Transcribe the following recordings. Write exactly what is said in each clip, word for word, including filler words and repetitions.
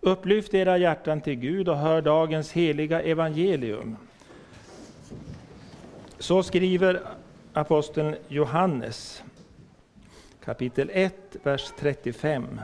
Upplyft era hjärtan till Gud och hör dagens heliga evangelium. Så skriver aposteln Johannes, kapitel ett, vers trettiofem.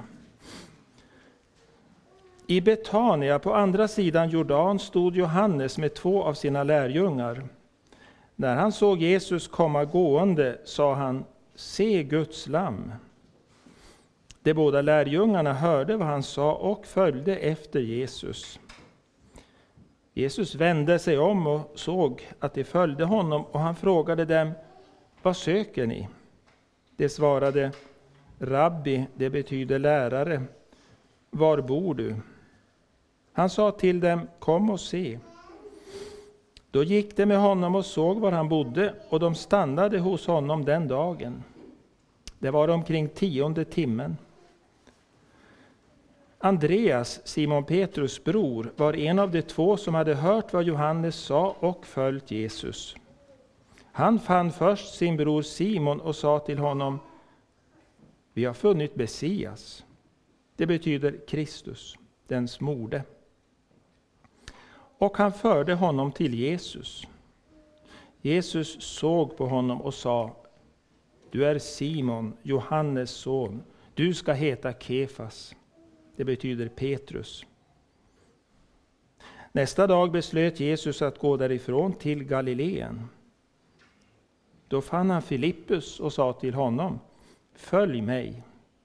I Betania på andra sidan Jordan stod Johannes med två av sina lärjungar. När han såg Jesus komma gående sa han: se Guds lamm. De båda lärjungarna hörde vad han sa och följde efter Jesus. Jesus vände sig om och såg att de följde honom, och han frågade dem: vad söker ni? De svarade: Rabbi, det betyder lärare. Var bor du? Han sa till dem: kom och se. Då gick de med honom och såg var han bodde, och de stannade hos honom den dagen. Det var omkring tionde timmen. Andreas, Simon Petrus bror, var en av de två som hade hört vad Johannes sa och följt Jesus. Han fann först sin bror Simon och sa till honom: vi har funnit Messias. Det betyder Kristus, den smorde. Och han förde honom till Jesus. Jesus såg på honom och sa: du är Simon, Johannes son. Du ska heta Kefas. Det betyder Petrus. Nästa dag beslöt Jesus att gå därifrån till Galileen. Då fann han Filippus och sa till honom: följ mig.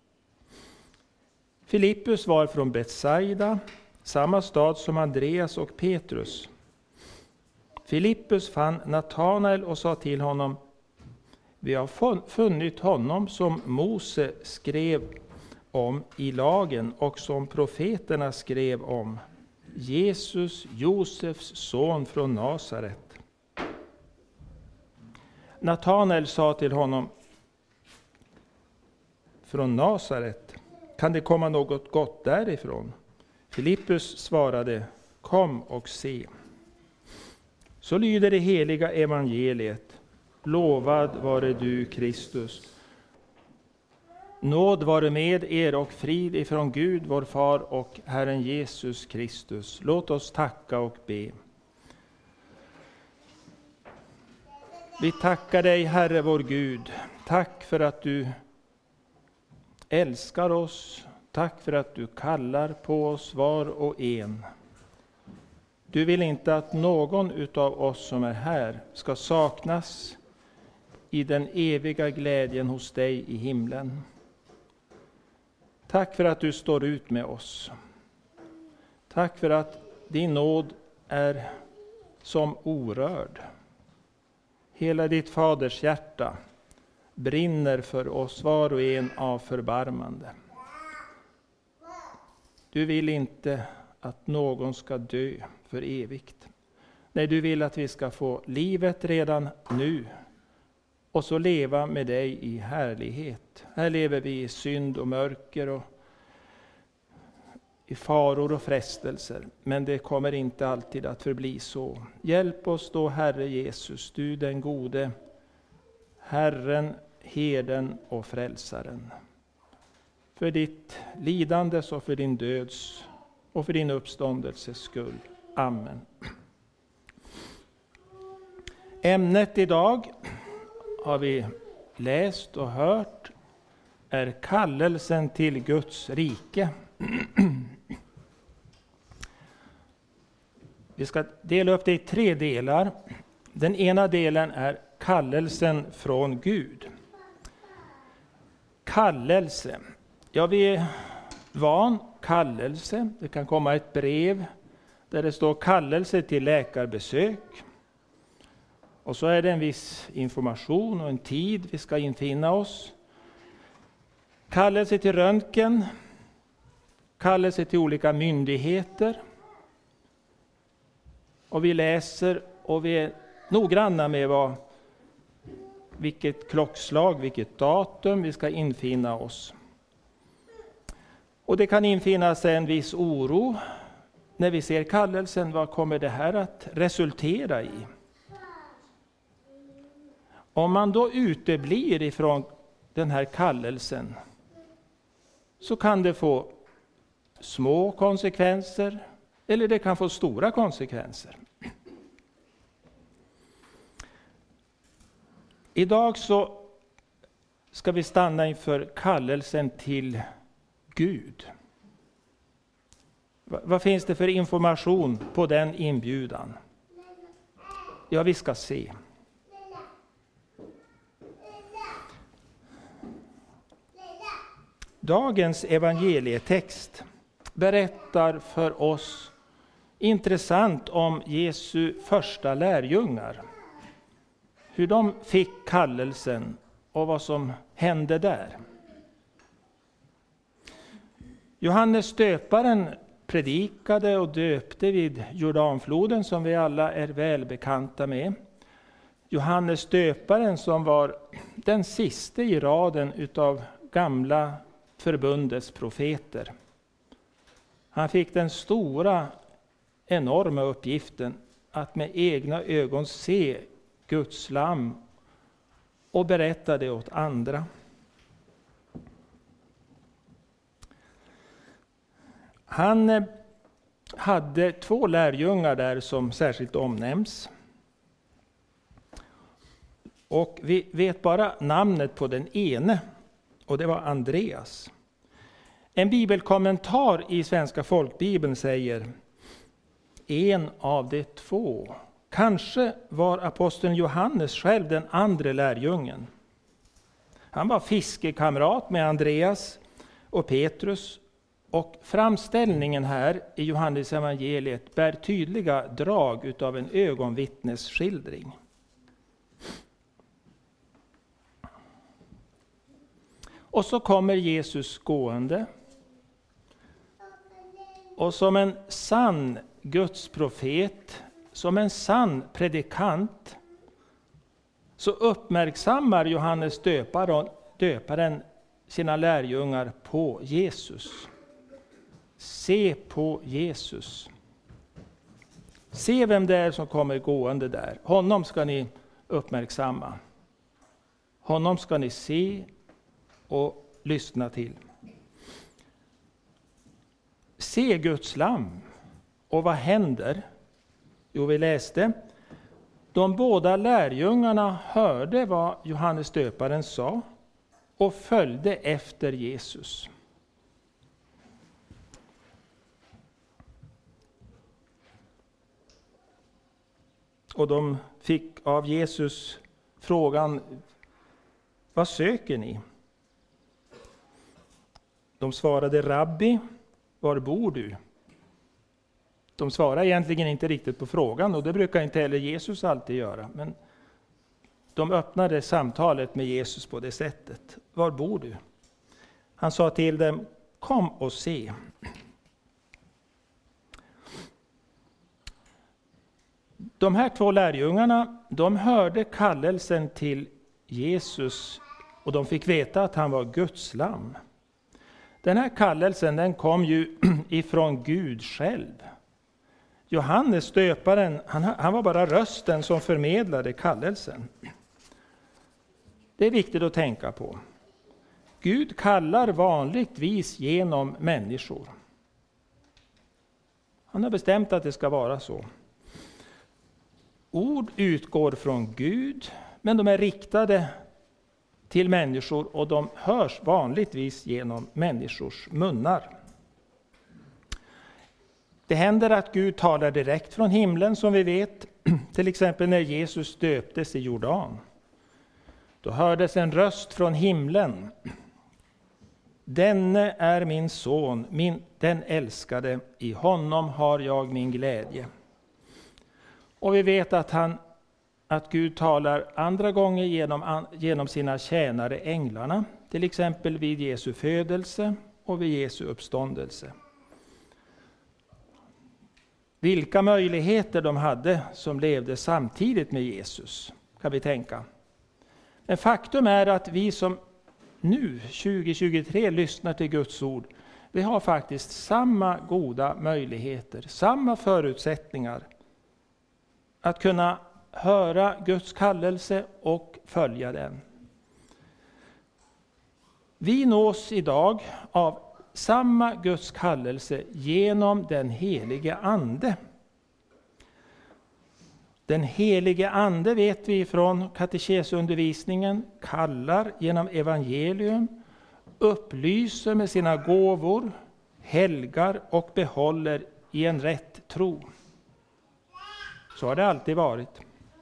Filippus var från Betsaida, samma stad som Andreas och Petrus. Filippus fann Natanael och sa till honom: vi har funnit honom som Mose skrev om i lagen och som profeterna skrev om, Jesus, Josefs son från Nasaret. Natanael sa till honom: från Nasaret, kan det komma något gott därifrån? Filippus svarade: kom och se. Så lyder det heliga evangeliet. Lovad vare du, Kristus. Nåd vare med er och frid ifrån Gud vår far och Herren Jesus Kristus. Låt oss tacka och be. Vi tackar dig, Herre vår Gud. Tack för att du älskar oss. Tack för att du kallar på oss var och en. Du vill inte att någon utav oss som är här ska saknas i den eviga glädjen hos dig i himlen. Tack för att du står ut med oss. Tack för att din nåd är som orörd. Hela ditt faders hjärta brinner för oss var och en av förbarmande. Du vill inte att någon ska dö för evigt. Nej, du vill att vi ska få livet redan nu och så leva med dig i härlighet. Här lever vi i synd och mörker och i faror och frestelser. Men det kommer inte alltid att förbli så. Hjälp oss då, Herre Jesus, du den gode, Herren, herden och frälsaren. För ditt lidandes och för din döds och för din uppståndelses skull. Amen. Ämnet idag har vi läst och hört är kallelsen till Guds rike. Vi ska dela upp det i tre delar. Den ena delen är kallelsen från Gud. Kallelse. Ja, vi är van kallelse. Det kan komma ett brev där det står kallelse till läkarbesök. Och så är det en viss information och en tid vi ska infinna oss. Kallelse till röntgen. Kallelse till olika myndigheter. Och vi läser och vi är noggranna med vad, vilket klockslag, vilket datum vi ska infinna oss. Och det kan infinna sig en viss oro när vi ser kallelsen. Vad kommer det här att resultera i? Om man då uteblir ifrån den här kallelsen så kan det få små konsekvenser eller det kan få stora konsekvenser. Idag så ska vi stanna inför kallelsen till Gud. Vad finns det för information på den inbjudan? Ja, vi ska se. Dagens evangelietext berättar för oss intressant om Jesu första lärjungar. Hur de fick kallelsen och vad som hände där. Johannes döparen predikade och döpte vid Jordanfloden som vi alla är väl bekanta med. Johannes döparen som var den sista i raden utav gamla förbundets profeter. Han fick den stora, enorma uppgiften att med egna ögon se Guds lamm och berätta det åt andra. Han hade två lärjungar där som särskilt omnämns. Och vi vet bara namnet på den ene, och det var Andreas. En bibelkommentar i Svenska folkbibeln säger: en av de två. Kanske var aposteln Johannes själv den andra lärjungen. Han var fiskekamrat med Andreas och Petrus. Och framställningen här i Johannes evangeliet bär tydliga drag utav en ögonvittnesskildring. Och så kommer Jesus gående. Och som en sann Guds profet, som en sann predikant, så uppmärksammar Johannes döparen, döparen sina lärjungar på Jesus. Se på Jesus. Se vem det är som kommer gående där. Honom ska ni uppmärksamma. Honom ska ni se och lyssna till. Se Guds lamm. Och vad händer? Jo, vi läste. De båda lärjungarna hörde vad Johannes döparen sa och följde efter Jesus. Och de fick av Jesus frågan: vad söker ni? De svarade: Rabbi, var bor du? De svarar egentligen inte riktigt på frågan, och det brukar inte heller Jesus alltid göra. Men de öppnade samtalet med Jesus på det sättet. Var bor du? Han sa till dem: kom och se. De här två lärjungarna, de hörde kallelsen till Jesus och de fick veta att han var Guds lamm. Den här kallelsen, den kom ju ifrån Gud själv. Johannes döparen, han, han var bara rösten som förmedlade kallelsen. Det är viktigt att tänka på. Gud kallar vanligtvis genom människor. Han har bestämt att det ska vara så. Ord utgår från Gud, men de är riktade till människor och de hörs vanligtvis genom människors munnar. Det händer att Gud talar direkt från himlen, som vi vet. Till exempel när Jesus döptes i Jordan. Då hördes en röst från himlen. Denne är min son, min, den älskade, i honom har jag min glädje. Och vi vet att, han, att Gud talar andra gånger genom, genom sina tjänare änglarna. Till exempel vid Jesu födelse och vid Jesu uppståndelse. Vilka möjligheter de hade som levde samtidigt med Jesus, kan vi tänka. Men faktum är att vi som nu, tjugo tjugotre, lyssnar till Guds ord, vi har faktiskt samma goda möjligheter, samma förutsättningar att kunna höra Guds kallelse och följa den. Vi nås idag av samma Guds kallelse genom den helige ande. Den helige ande, vet vi från katekesundervisningen, kallar genom evangelium, upplyser med sina gåvor, helgar och behåller i en rätt tro. Så har det alltid varit.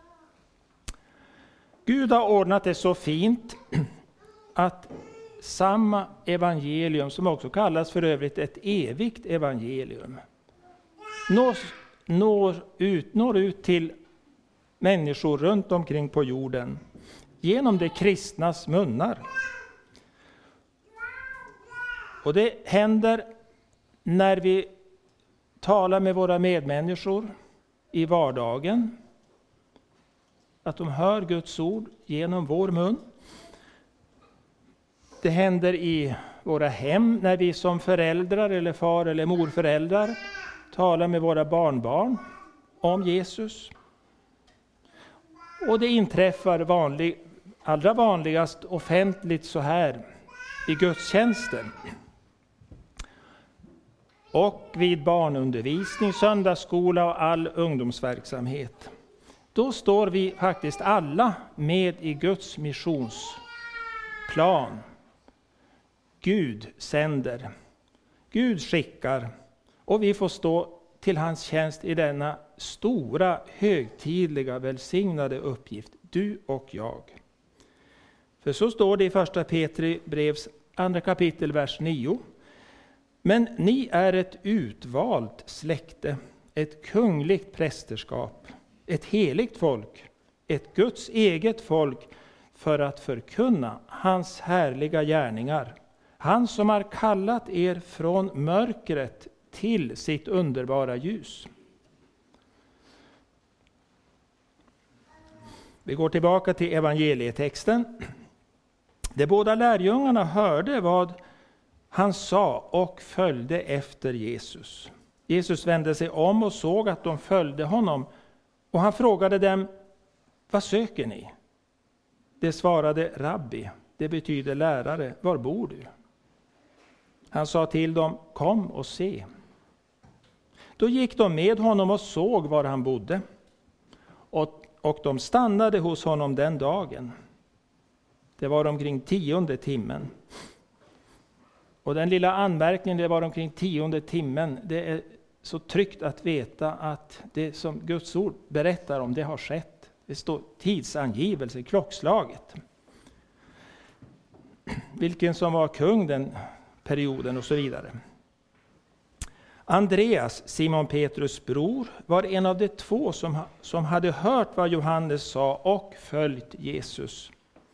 Gud har ordnat det så fint att samma evangelium, som också kallas för övrigt ett evigt evangelium, når, når, ut, når ut till människor runt omkring på jorden genom de kristnas munnar. Och det händer när vi talar med våra medmänniskor i vardagen, att de hör Guds ord genom vår mun. Det händer i våra hem när vi som föräldrar eller far- eller morföräldrar talar med våra barnbarn om Jesus. Och det inträffar vanlig, allra vanligast offentligt så här i gudstjänsten. Och vid barnundervisning, söndagsskola och all ungdomsverksamhet. Då står vi faktiskt alla med i Guds missionsplan. Gud sänder, Gud skickar, och vi får stå till hans tjänst i denna stora, högtidliga, välsignade uppgift, du och jag. För så står det i första Petri brevs andra kapitel, vers nio. Men ni är ett utvalt släkte, ett kungligt prästerskap, ett heligt folk, ett Guds eget folk, för att förkunna hans härliga gärningar. Han som har kallat er från mörkret till sitt underbara ljus. Vi går tillbaka till evangelietexten. De båda lärjungarna hörde vad han sa och följde efter Jesus. Jesus vände sig om och såg att de följde honom, och han frågade dem: vad söker ni? De svarade: rabbi, det betyder lärare, var bor du? Han sa till dem: kom och se. Då gick de med honom och såg var han bodde, och, och de stannade hos honom den dagen. Det var omkring tionde timmen. Och den lilla anmärkningen, det var omkring tionde timmen, det är så tryggt att veta att det som Guds ord berättar om, det har skett. Det står tidsangivelse, klockslaget. Vilken som var kung den perioden och så vidare. Andreas, Simon Petrus bror, var en av de två som, som hade hört vad Johannes sa och följt Jesus.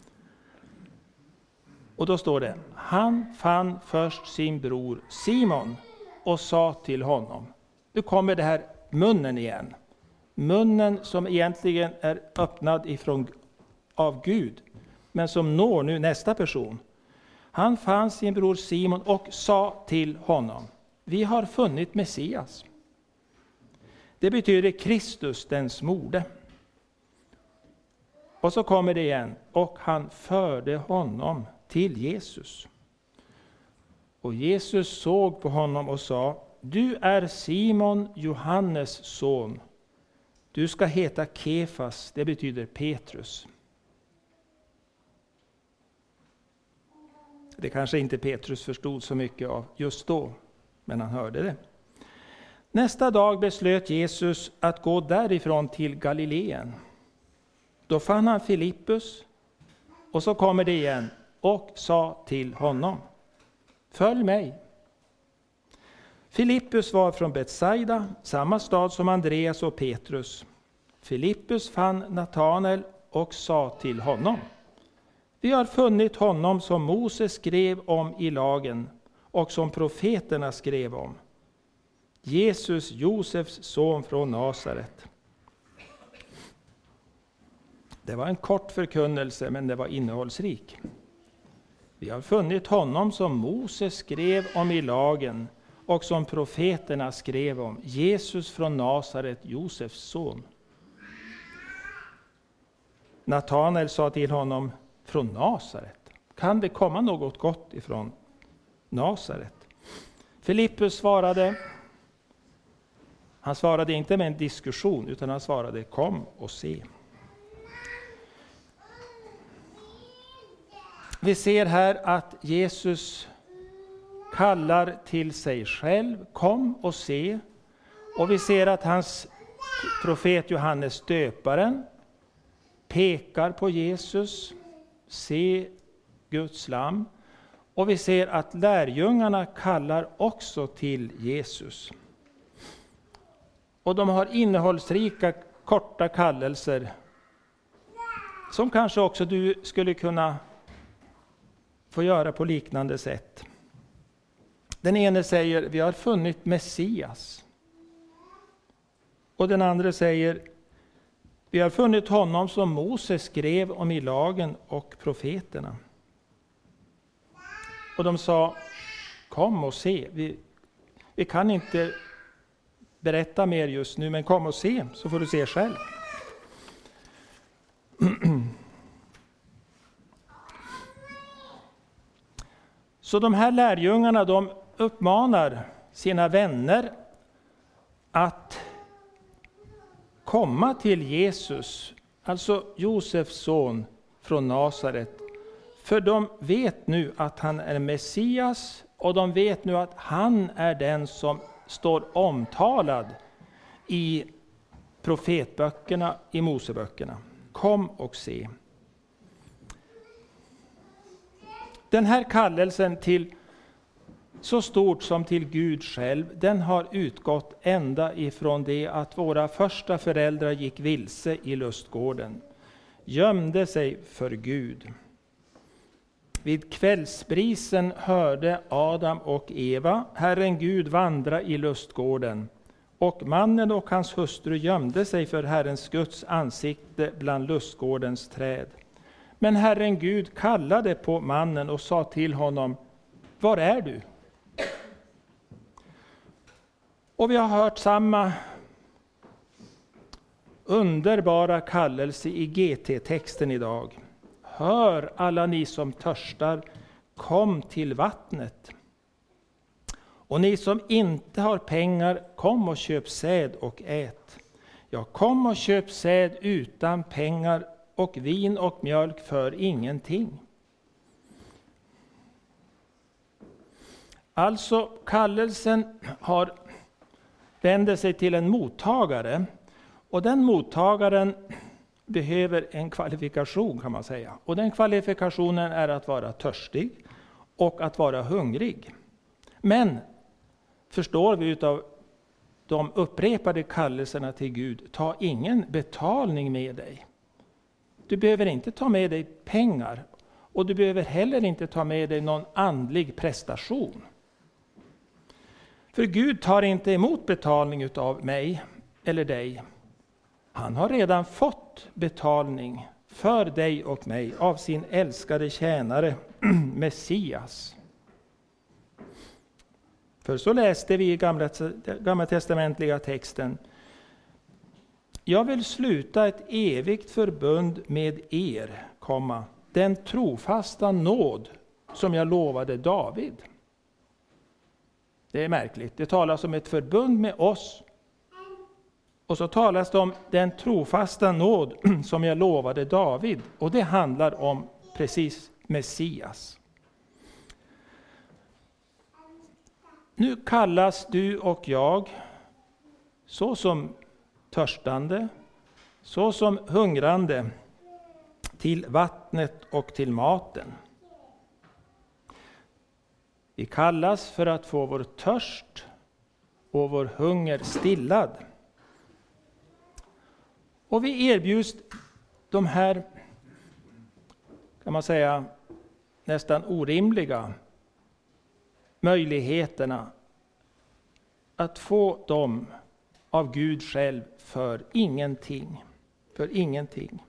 Och då står det: han fann först sin bror Simon och sa till honom. Nu kommer det här munnen igen. Munnen som egentligen är öppnad ifrån, av Gud, men som når nu nästa person. Han fann sin bror Simon och sa till honom: vi har funnit Messias. Det betyder Kristus, den smorde. Och så kommer det igen: och han förde honom till Jesus. Och Jesus såg på honom och sa: du är Simon, Johannes son. Du ska heta Kefas, det betyder Petrus. Det kanske inte Petrus förstod så mycket av just då, men han hörde det. Nästa dag beslöt Jesus att gå därifrån till Galileen. Då fann han Filippus, och så kommer det igen, och sa till honom: följ mig. Filippus var från Betsaida, samma stad som Andreas och Petrus. Filippus fann Natanael och sa till honom: vi har funnit honom som Moses skrev om i lagen och som profeterna skrev om, Jesus, Josefs son från Nasaret. Det var en kort förkunnelse, men det var innehållsrik. Vi har funnit honom som Moses skrev om i lagen och som profeterna skrev om, Jesus från Nasaret, Josefs son. Natanael sa till honom: från Nasaret? Kan det komma något gott ifrån Nasaret? Filippus svarade, han svarade inte med en diskussion, utan han svarade, kom och se. Vi ser här att Jesus kallar till sig själv, kom och se. Och vi ser att hans profet Johannes döparen pekar på Jesus, se Guds lamm. Och vi ser att lärjungarna kallar också till Jesus. Och de har innehållsrika korta kallelser som kanske också du skulle kunna få göra på liknande sätt. Den ene säger, vi har funnit Messias. Och den andra säger, vi har funnit honom som Moses skrev om i lagen och profeterna. Och de sa, kom och se. Vi, vi kan inte berätta mer just nu, men kom och se, så får du se själv. Så de här lärjungarna, de uppmanar sina vänner att komma till Jesus, alltså Josefs son från Nasaret. För de vet nu att han är Messias, och de vet nu att han är den som står omtalad i profetböckerna, i Moseböckerna. Kom och se. Den här kallelsen till så stort som till Gud själv, den har utgått ända ifrån det att våra första föräldrar gick vilse i lustgården, gömde sig för Gud. Vid kvällsbrisen hörde Adam och Eva Herren Gud vandra i lustgården, och mannen och hans hustru gömde sig för Herrens Guds ansikte bland lustgårdens träd. Men Herren Gud kallade på mannen och sa till honom, var är du? Och vi har hört samma underbara kallelse i G T-texten idag. Hör alla ni som törstar, kom till vattnet. Och ni som inte har pengar, kom och köp säd och ät. Ja, kom och köp säd utan pengar och vin och mjölk för ingenting. Alltså kallelsen har vänder sig till en mottagare, och den mottagaren behöver en kvalifikation, kan man säga. Och den kvalifikationen är att vara törstig och att vara hungrig. Men förstår vi utav de upprepade kallelserna till Gud, ta ingen betalning med dig. Du behöver inte ta med dig pengar, och du behöver heller inte ta med dig någon andlig prestation. För Gud tar inte emot betalning utav mig eller dig. Han har redan fått betalning för dig och mig av sin älskade tjänare Messias. För så läste vi i gamla, gamla testamentliga texten. Jag vill sluta ett evigt förbund med er, komma, den trofasta nåd som jag lovade David. Det är märkligt. Det talas om ett förbund med oss. Och så talas det om den trofasta nåd som jag lovade David. Och det handlar om precis Messias. Nu kallas du och jag så som törstande, så som hungrande till vattnet och till maten. Vi kallas för att få vår törst och vår hunger stillad. Och vi erbjuds de här, kan man säga, nästan orimliga möjligheterna att få dem av Gud själv för ingenting. För ingenting.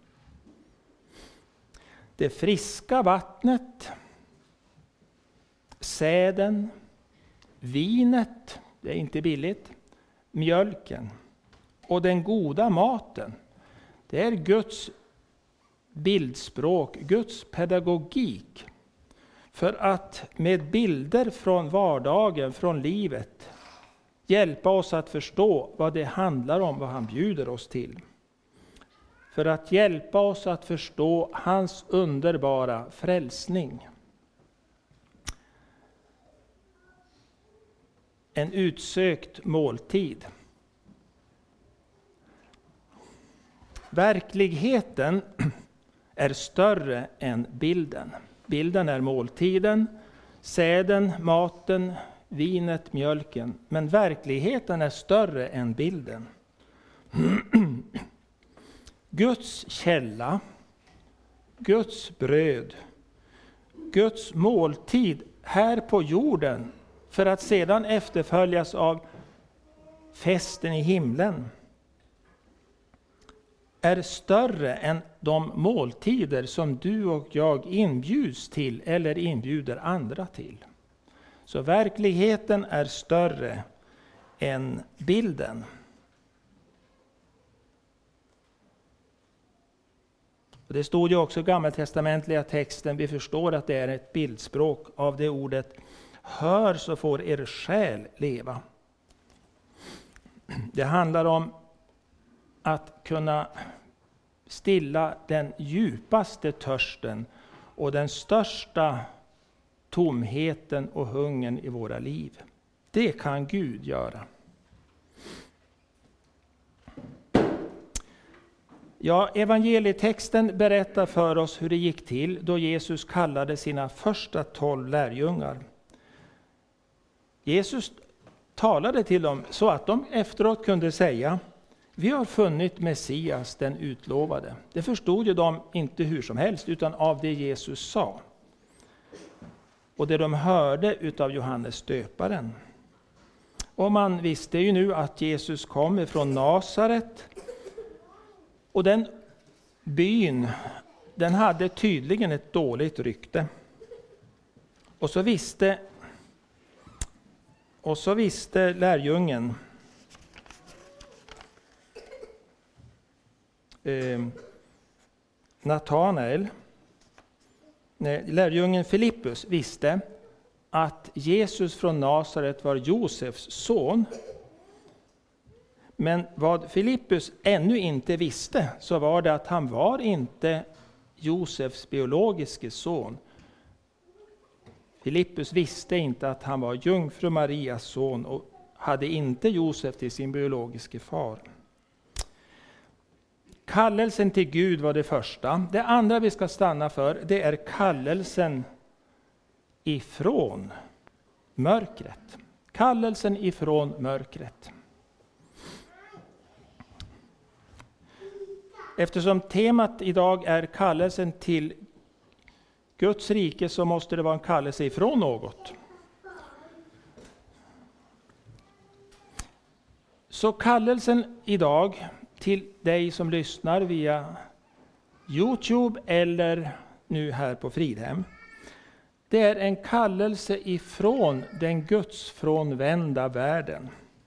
Det friska vattnet, säden, vinet, det är inte billigt, mjölken och den goda maten. Det är Guds bildspråk, Guds pedagogik För att med bilder från vardagen, från livet, hjälpa oss att förstå vad det handlar om, vad han bjuder oss till. För att hjälpa oss att förstå hans underbara frälsning. En utsökt måltid. Verkligheten är större än bilden. Bilden är måltiden, säden, maten, vinet, mjölken. Men verkligheten är större än bilden. Guds källa, Guds bröd, Guds måltid här på jorden, för att sedan efterföljas av festen i himlen, är större än de måltider som du och jag inbjuds till eller inbjuder andra till. Så verkligheten är större än bilden. Och det stod ju också i gammaltestamentliga texten, vi förstår att det är ett bildspråk av det ordet: hör så får er själ leva. Det handlar om att kunna stilla den djupaste törsten och den största tomheten och hungern i våra liv. Det kan Gud göra. Ja, evangelietexten berättar för oss hur det gick till då Jesus kallade sina första tolv lärjungar. Jesus talade till dem så att de efteråt kunde säga: vi har funnit Messias, den utlovade. Det förstod ju de inte hur som helst, utan av det Jesus sa. Och det de hörde utav Johannes döparen. Och man visste ju nu att Jesus kom från Nasaret. Och den byn, den hade tydligen ett dåligt rykte. Och så visste, och så visste lärjungen eh, Natanael, nej, lärjungen Filippus visste att Jesus från Nasaret var Josefs son. Men vad Filippus ännu inte visste, så var det att han var inte Josefs biologiske son. Filippus visste inte att han var jungfru Marias son och hade inte Josef till sin biologiske far. Kallelsen till Gud var det första. Det andra vi ska stanna för, det är kallelsen ifrån mörkret. Kallelsen ifrån mörkret. Eftersom temat idag är kallelsen till Guds rike, så måste det vara en kallelse ifrån något. Så kallelsen idag till dig som lyssnar via YouTube eller nu här på Fridhem, det är en kallelse ifrån den gudsfrånvända världen.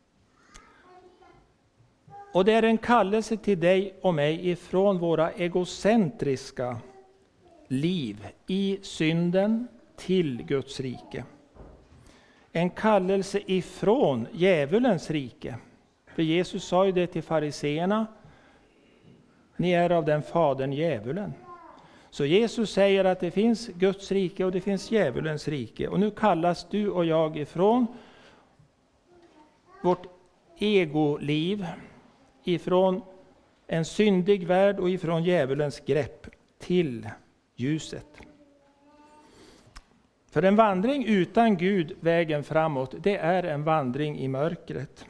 Och det är en kallelse till dig och mig ifrån våra egocentriska liv i synden till Guds rike. En kallelse ifrån djävulens rike. För Jesus sa ju det till fariseerna: ni är av den fadern djävulen. Så Jesus säger att det finns Guds rike och det finns djävulens rike. Och nu kallas du och jag ifrån vårt egoliv, ifrån en syndig värld och ifrån djävulens grepp till ljuset. För en vandring utan Gud, vägen framåt, det är en vandring i mörkret.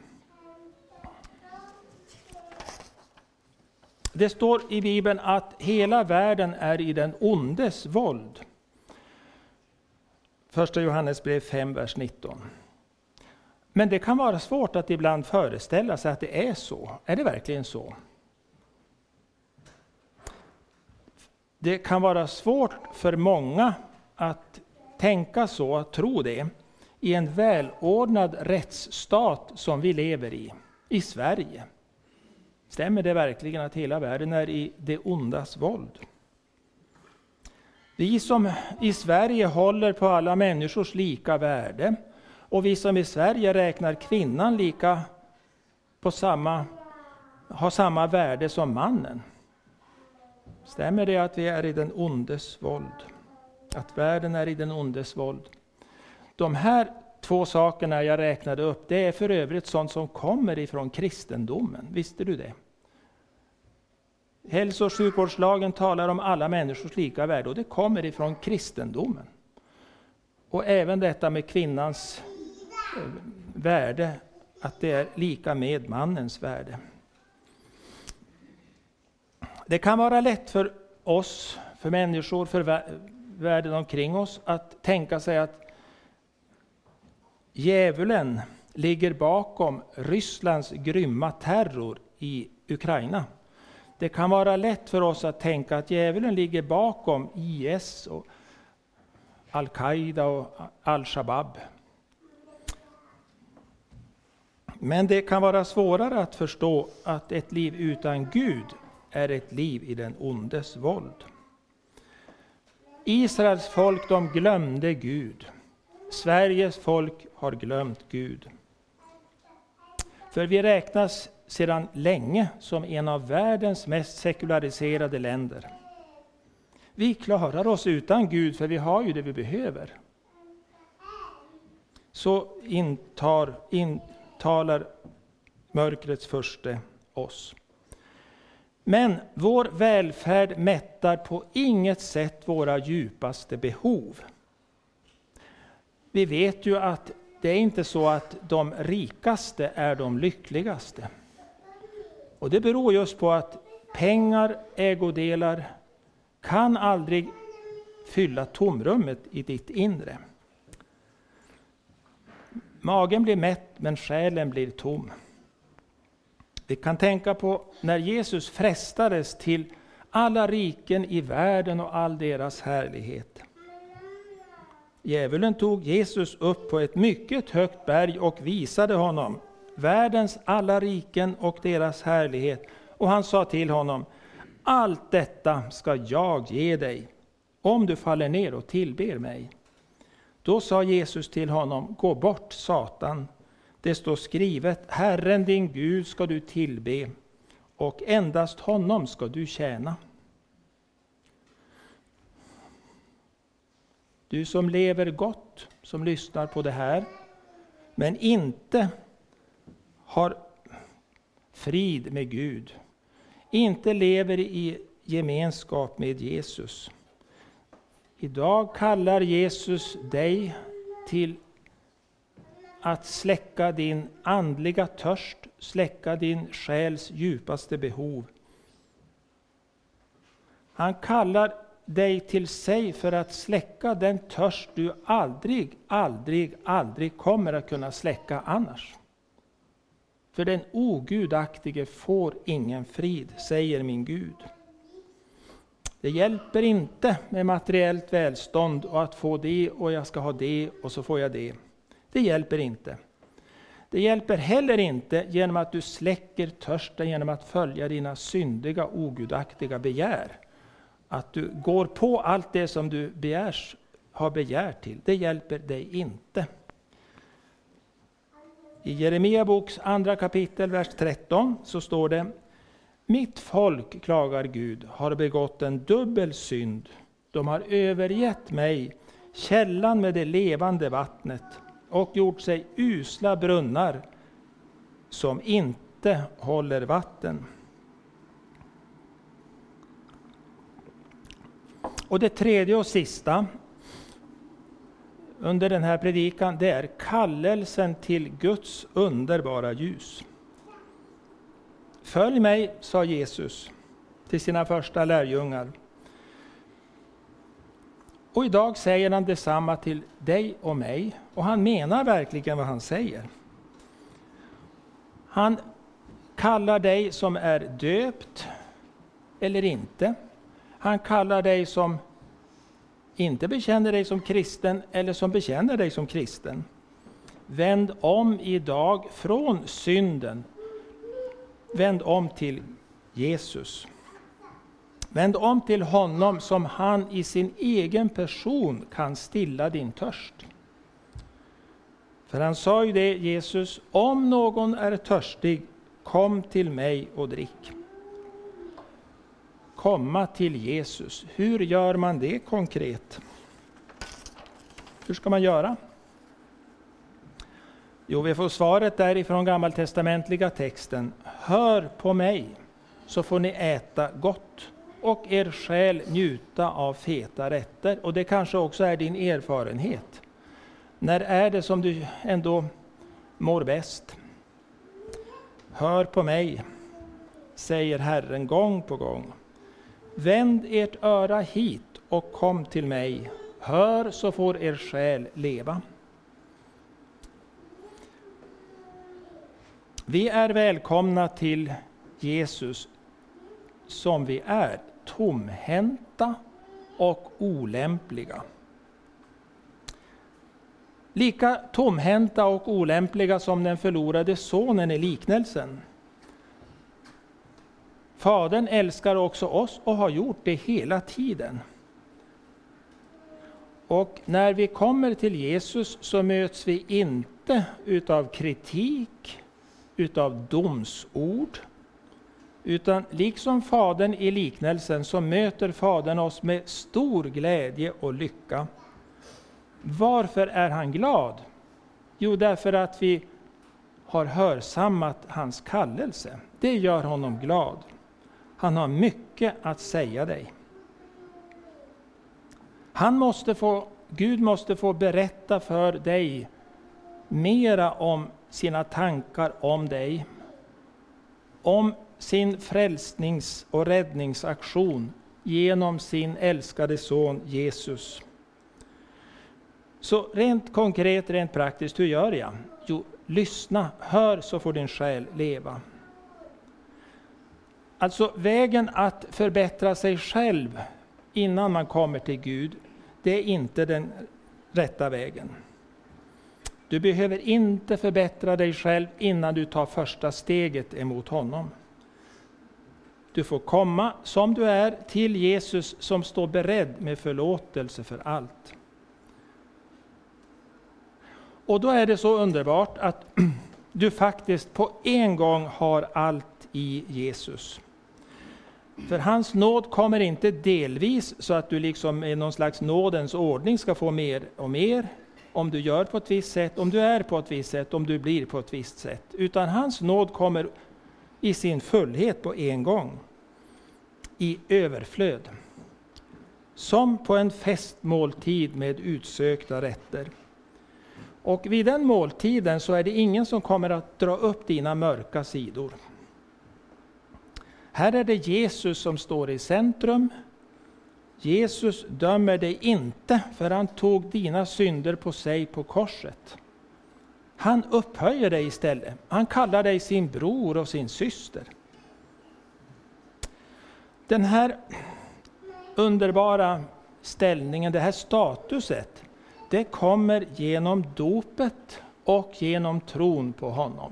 Det står i Bibeln att hela världen är i den ondes våld. Första Johannesbrev fem, vers nitton. Men det kan vara svårt att ibland föreställa sig att det är så. Är det verkligen så? Det kan vara svårt för många att tänka så, att tro det, i en välordnad rättsstat som vi lever i, i Sverige. Stämmer det verkligen att hela världen är i det ondas våld? Vi som i Sverige håller på alla människors lika värde, och vi som i Sverige räknar kvinnan lika på samma, har samma värde som mannen. Stämmer det att vi är i den ondes våld? Att världen är i den ondes våld? De här två sakerna jag räknade upp, det är för övrigt sånt som kommer ifrån kristendomen. Visste du det? Hälso- och sjukvårdslagen talar om alla människors lika värde, och det kommer ifrån kristendomen. Och även detta med kvinnans värde, att det är lika med mannens värde. Det kan vara lätt för oss, för människor, för världen omkring oss, att tänka sig att djävulen ligger bakom Rysslands grymma terror i Ukraina. Det kan vara lätt för oss att tänka att djävulen ligger bakom I S och Al-Qaida och Al-Shabaab. Men det kan vara svårare att förstå att ett liv utan Gud är ett liv i den ondes våld. Israels folk, de glömde Gud. Sveriges folk har glömt Gud. För vi räknas sedan länge som en av världens mest sekulariserade länder. Vi klarar oss utan Gud, för vi har ju det vi behöver. Så intar, intalar mörkrets furste oss. Men vår välfärd mättar på inget sätt våra djupaste behov. Vi vet ju att det är inte så att de rikaste är de lyckligaste. Och det beror just på att pengar, ägodelar kan aldrig fylla tomrummet i ditt inre. Magen blir mätt, men själen blir tom. Vi kan tänka på när Jesus frestades till alla riken i världen och all deras härlighet. Djävulen tog Jesus upp på ett mycket högt berg och visade honom världens alla riken och deras härlighet. Och han sa till honom: allt detta ska jag ge dig, om du faller ner och tillber mig. Då sa Jesus till honom: gå bort, Satan. Det står skrivet, Herren din Gud ska du tillbe, och endast honom ska du tjäna. Du som lever gott, som lyssnar på det här, men inte har frid med Gud, inte lever i gemenskap med Jesus. Idag kallar Jesus dig till att släcka din andliga törst, släcka din själs djupaste behov. Han kallar dig till sig för att släcka den törst du aldrig, aldrig, aldrig kommer att kunna släcka annars. För den ogudaktige får ingen frid, säger min Gud. Det hjälper inte med materiellt välstånd och att få det och jag ska ha det och så får jag det. Det hjälper inte. Det hjälper heller inte genom att du släcker törsten genom att följa dina syndiga, ogudaktiga begär. Att du går på allt det som du begärs, har begär till. Det hjälper dig inte. I Jeremia boks andra kapitel, vers tretton, så står det: mitt folk, klagar Gud, har begått en dubbel synd. De har övergett mig, källan med det levande vattnet, och gjort sig usla brunnar som inte håller vatten. Och det tredje och sista under den här predikan, det är kallelsen till Guds underbara ljus. Följ mig, sa Jesus till sina första lärjungar. Och idag säger han detsamma till dig och mig. Och han menar verkligen vad han säger. Han kallar dig som är döpt eller inte. Han kallar dig som inte bekänner dig som kristen eller som bekänner dig som kristen. Vänd om idag från synden. Vänd om till Jesus. Vänd om till honom som han i sin egen person kan stilla din törst. För han sa ju det, Jesus, om någon är törstig, kom till mig och drick. Komma till Jesus. Hur gör man det konkret? Hur ska man göra? Jo, vi får svaret därifrån gammaltestamentliga texten. Hör på mig, så får ni äta gott och er själ njuta av feta rätter. Och det kanske också är din erfarenhet. När är det som du ändå mår bäst? Hör på mig, säger Herren gång på gång. Vänd ert öra hit och kom till mig. Hör, så får er själ leva. Vi är välkomna till Jesus som vi är, tomhänta och olämpliga. Lika tomhänta och olämpliga som den förlorade sonen i liknelsen. Fadern älskar också oss och har gjort det hela tiden. Och när vi kommer till Jesus så möts vi inte utav kritik, utav domsord, utan liksom fadern i liknelsen så möter fadern oss med stor glädje och lycka. Varför är han glad? Jo, därför att vi har hörsammat hans kallelse. Det gör honom glad. Han har mycket att säga dig. Han måste få, Gud måste få berätta för dig mera om sina tankar om dig. Om sin frälsnings- och räddningsaktion genom sin älskade son Jesus. Så rent konkret, rent praktiskt, hur gör jag? Jo, lyssna, hör, så får din själ leva. Alltså vägen att förbättra sig själv innan man kommer till Gud, det är inte den rätta vägen. Du behöver inte förbättra dig själv innan du tar första steget emot honom. Du får komma som du är till Jesus som står beredd med förlåtelse för allt. Och då är det så underbart att du faktiskt på en gång har allt i Jesus. För hans nåd kommer inte delvis så att du liksom i någon slags nådens ordning ska få mer och mer. Om du gör på ett visst sätt, om du är på ett visst sätt, om du blir på ett visst sätt. Utan hans nåd kommer i sin fullhet på en gång. I överflöd. Som på en festmåltid med utsökta rätter. Och vid den måltiden så är det ingen som kommer att dra upp dina mörka sidor. Här är det Jesus som står i centrum. Jesus dömer dig inte för han tog dina synder på sig på korset. Han upphöjer dig istället. Han kallar dig sin bror och sin syster. Den här underbara ställningen, det här statuset, det kommer genom dopet och genom tron på honom.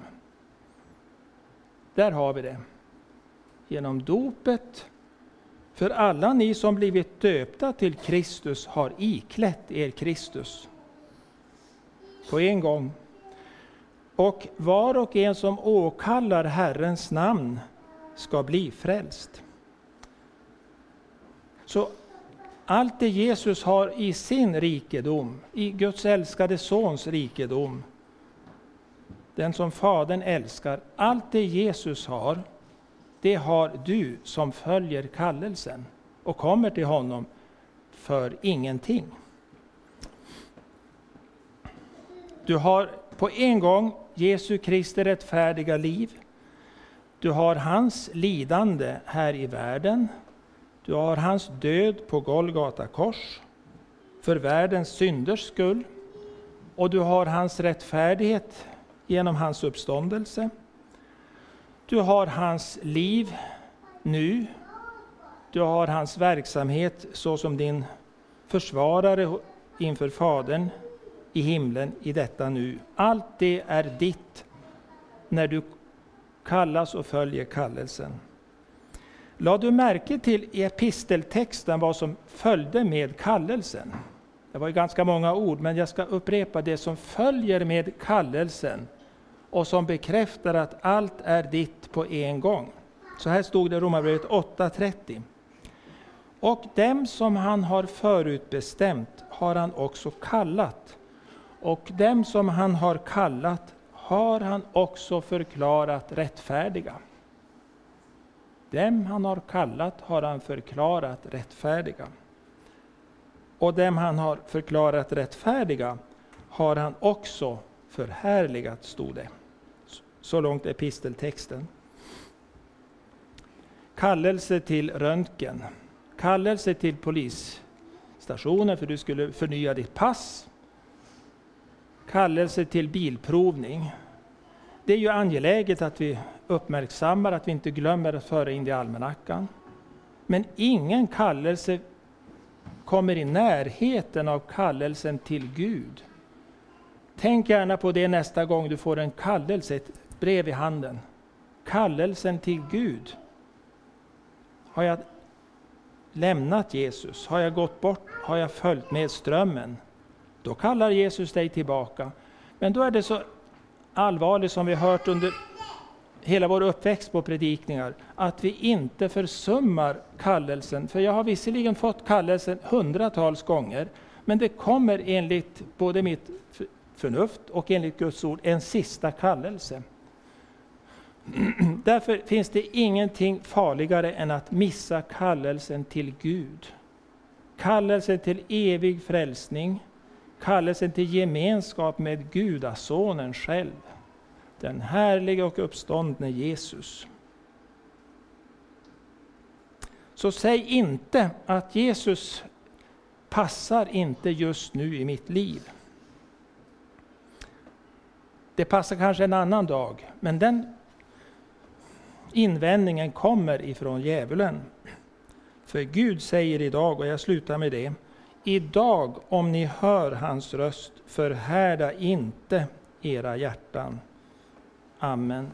Där har vi det. Genom dopet. För alla ni som blivit döpta till Kristus har iklätt er Kristus. På en gång. Och var och en som åkallar Herrens namn ska bli frälst. Så allt det Jesus har i sin rikedom, i Guds älskade sons rikedom, den som Fadern älskar, allt det Jesus har, det har du som följer kallelsen och kommer till honom för ingenting. Du har på en gång Jesu Kristi rättfärdiga liv. Du har hans lidande här i världen. Du har hans död på Golgata kors för världens synders skull. Och du har hans rättfärdighet genom hans uppståndelse. Du har hans liv nu. Du har hans verksamhet såsom din försvarare inför Fadern i himlen i detta nu. Allt det är ditt när du kallas och följer kallelsen. Lade du märke till i episteltexten vad som följde med kallelsen? Det var ju ganska många ord, men jag ska upprepa det som följer med kallelsen och som bekräftar att allt är ditt på en gång. Så här stod det i Romarbrevet åtta trettio. Och dem som han har förutbestämt har han också kallat. Och dem som han har kallat har han också förklarat rättfärdiga. Dem han har kallat har han förklarat rättfärdiga. Och dem han har förklarat rättfärdiga har han också förhärligat, stod det. Så långt episteltexten. Kallelse till röntgen. Kallelse till polisstationen för du skulle förnya ditt pass. Kallelse till bilprovning. Det är ju angeläget att vi uppmärksammar att vi inte glömmer att föra in det i almanackan. Men ingen kallelse kommer i närheten av kallelsen till Gud. Tänk gärna på det nästa gång du får en kallelse, ett brev i handen. Kallelsen till Gud. Har jag lämnat Jesus? Har jag gått bort? Har jag följt med strömmen? Då kallar Jesus dig tillbaka. Men då är det så allvarligt som vi hört under hela vår uppväxt på predikningar, att vi inte försummar kallelsen. För jag har visserligen fått kallelsen hundratals gånger, men det kommer enligt både mitt förnuft och enligt Guds ord en sista kallelse. Därför finns det ingenting farligare än att missa kallelsen till Gud. Kallelsen till evig frälsning, kallelsen till gemenskap med Gudasonen själv. Den härliga och uppståndne Jesus. Så säg inte att Jesus passar inte just nu i mitt liv. Det passar kanske en annan dag, men den invändningen kommer ifrån djävulen. För Gud säger idag, och jag slutar med det: idag om ni hör hans röst, förhärda inte era hjärtan. Amen.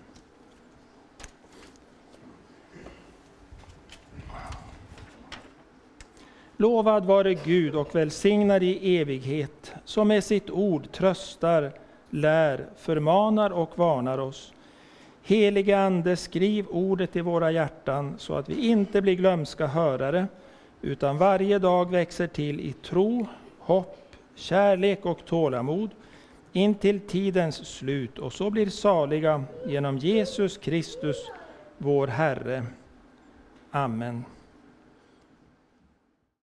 Lovad vare Gud och välsignad i evighet, som med sitt ord tröstar, lär, förmanar och varnar oss. Helige Ande, skriv ordet i våra hjärtan så att vi inte blir glömska hörare, utan varje dag växer till i tro, hopp, kärlek och tålamod in till tidens slut, och så blir saliga genom Jesus Kristus, vår Herre. Amen.